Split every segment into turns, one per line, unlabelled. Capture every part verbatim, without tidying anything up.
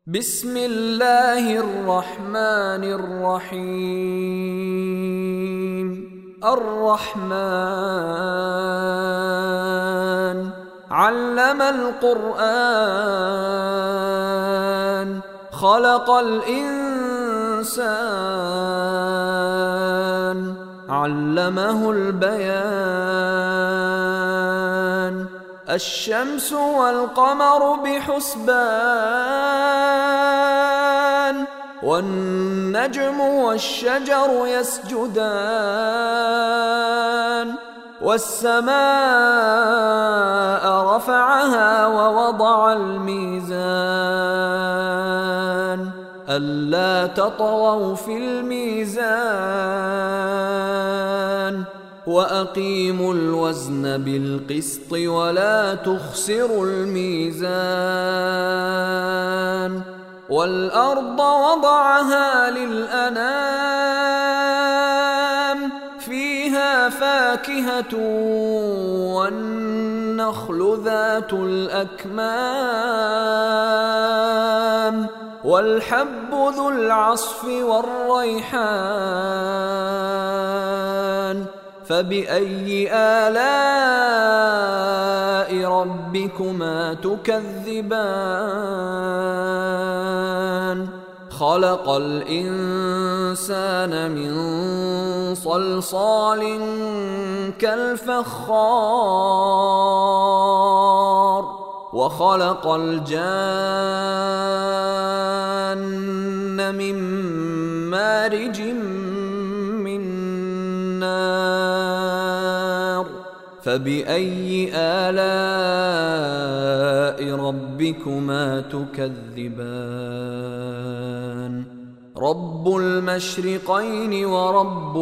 بسم الله الرحمن الرحيم. الرحمن علم القرآن خلق الإنسان علمه البيان. الشمس والقمر بحسبان والنجم والشجر يسجدان. والسماء رفعها ووضع الميزان ألا تطغوا في الميزان وأقيموا الوزن بالقسط ولا تخسروا الميزان. والأرض وضعها للأنام فيها فاكهة والنخل ذات الأكمام والحب ذو العصف والريحان. فبأي آلاء ربكما تكذبان؟ خلق الإنسان من صلصال كالفخار وخلق الجان من مارج من نار. فبأي آلاء ربكما تكذبان؟ رب المشرقين ورب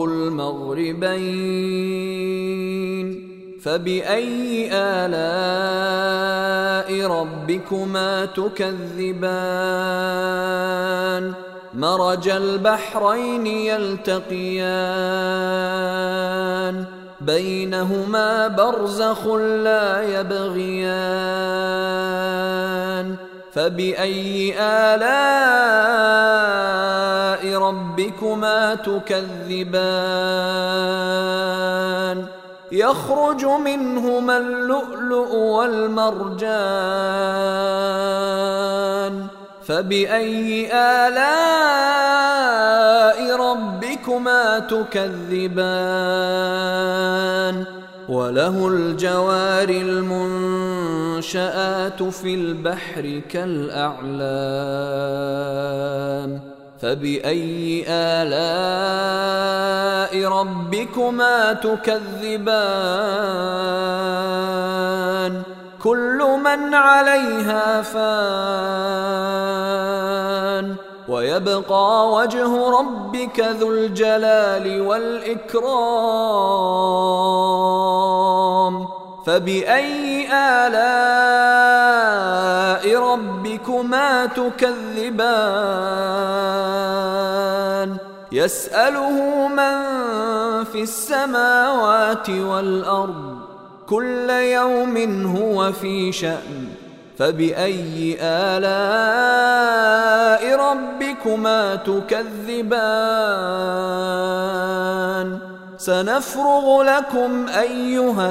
المغربين. فبأي آلاء ربكما تكذبان؟ مرج البحرين يلتقيان بينهما برزخ لا يبغيان. فبأي آلاء ربكما تكذبان؟ يخرج منهما اللؤلؤ والمرجان. فبأي آلاء ربكما تكذبان؟ وله الجوار المنشآت في البحر كالأعلام. فبأي آلاء ربكما تكذبان؟ كل من عليها فان ويبقى وجه ربك ذو الجلال والإكرام. فبأي آلاء ربكما تكذبان؟ يسأله من في السماوات والأرض كل يوم هو في شأن. فبأي آلاء ربكما تكذبان؟ سنفرغ لكم أيها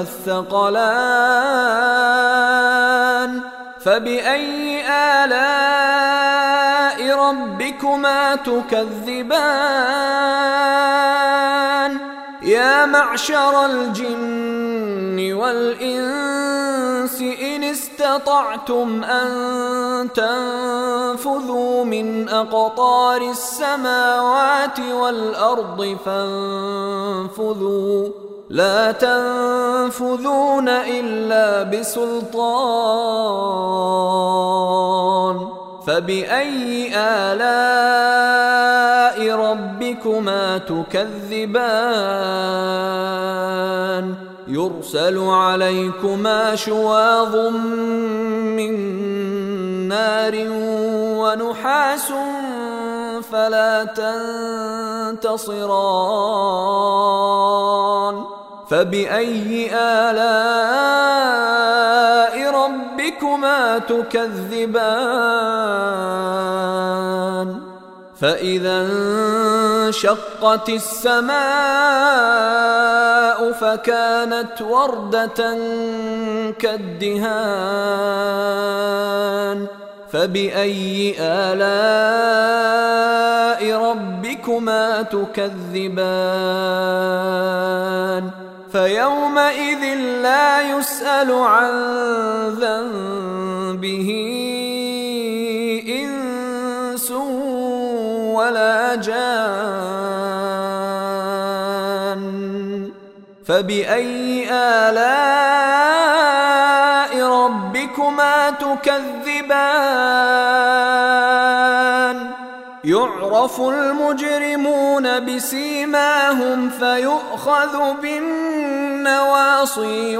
الثقلان. فبأي آلاء ربكما تكذبان؟ يا معشر الجن والإنس إن استطعتم أن تنفذوا من أقطار السماوات والأرض فانفذوا لا تنفذون إلا بسلطان. فبأي آلاء ربكما تكذبان؟ يرسل عليكما شواظ من نار ونحاس فلا تنتصران. فبأي آلاء ربكما تكذبان فإذا انشقت السماء فكانت وردة كالدهان فبأي آلاء ربكما تكذبان فيومئذ لا يسأل عن ذنبه إنس ولا جان فبأي آلاء ربكما تكذبان يعرف المجرمون بسيماهم فيؤخذ بالنواصي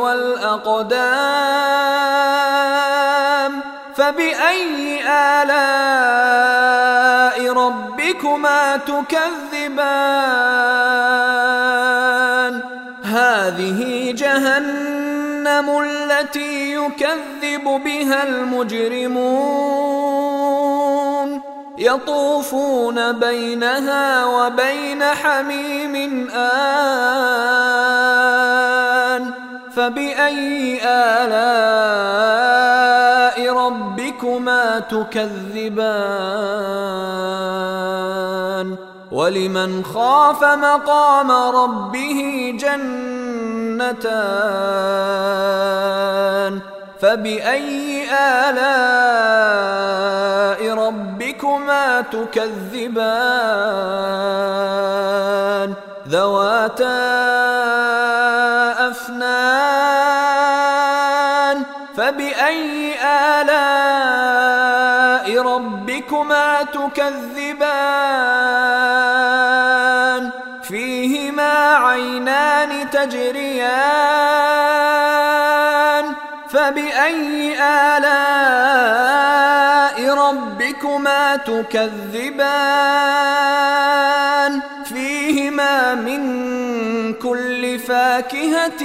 والأقدام فبأي آلاء ربكما تكذبان هذه جهنم التي يكذب بها المجرمون يطوفون بينها وبين حميم آن فبأي آلاء ربكما تكذبان ولمن خاف مقام ربه جنتان فبأي آلاء ربكما تكذبان ذواتا أفنان فبأي آلاء ربكما تكذبان فيهما عينان تجريان فبأي آلاء ربكما تكذبان فيهما من كل فاكهة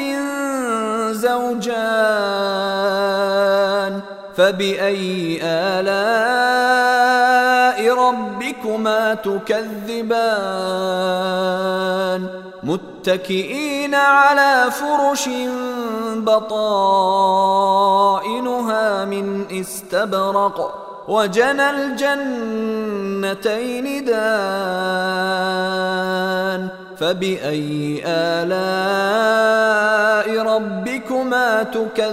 زوجان فبأي آلاء ربكما تكذبان متكئين على فرش بطائنها من استبرق وجنى الجنتين دان فبأي آلاء ربكما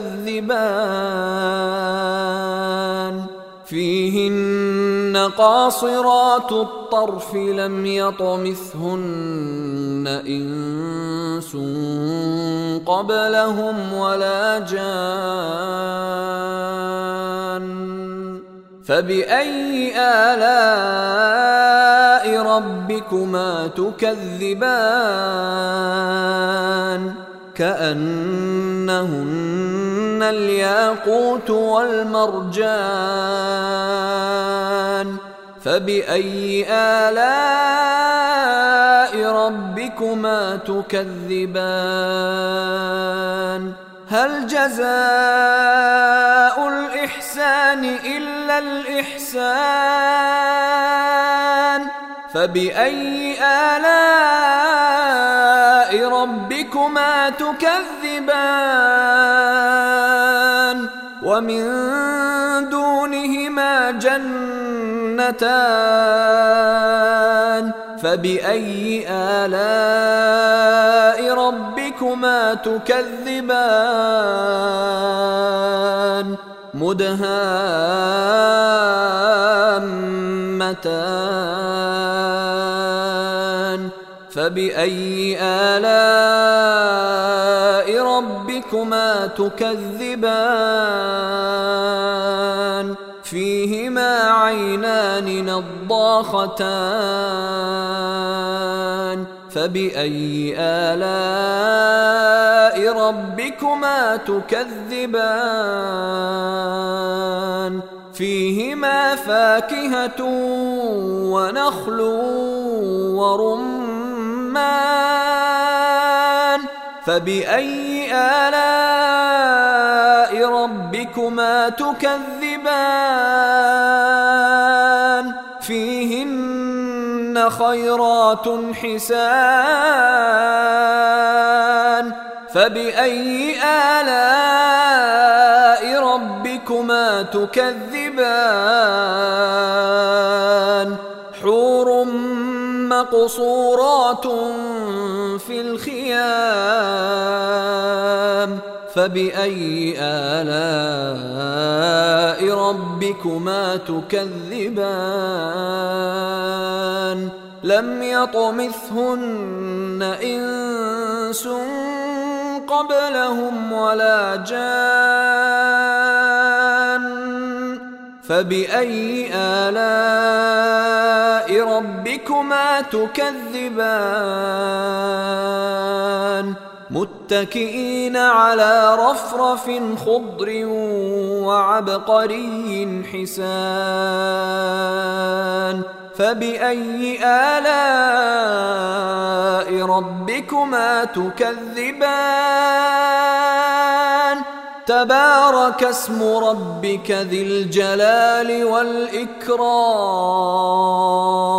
تكذبان فيهن قاصرات الطرف لم يطمثهن إنس قبلهم ولا جان فبأي آلاء ربكما تكذبان كأنهن الياقوت والمرجان فبأي آلاء ربكما تكذبان هل جزاء الإحسان إلا الإحسان فبأي آلاء ربكما تكذبان ومن دونهما جنتان فبأي آلاء ربكما تكذبان مدهامتان فبأي آلاء ربكما تكذبان فيهما عينان نضاختان فبأي آلاء ربكما تكذبان فيهما فاكهة ونخل ورمان فبأي آلاء ربكما تكذبان فيهن فيهن خيرات حسان فبأي آلاء ربكما تكذبان حور مقصورات في الخيام فبأي آلاء ربكما تكذبان لم يطمثهن إنس قبلهم ولا جان فبأي آلاء ربكما تكذبان متكئين على رفرف خضر وعبقري حسان فبأي آلاء ربكما تكذبان تبارك اسم ربك ذي الجلال والإكرام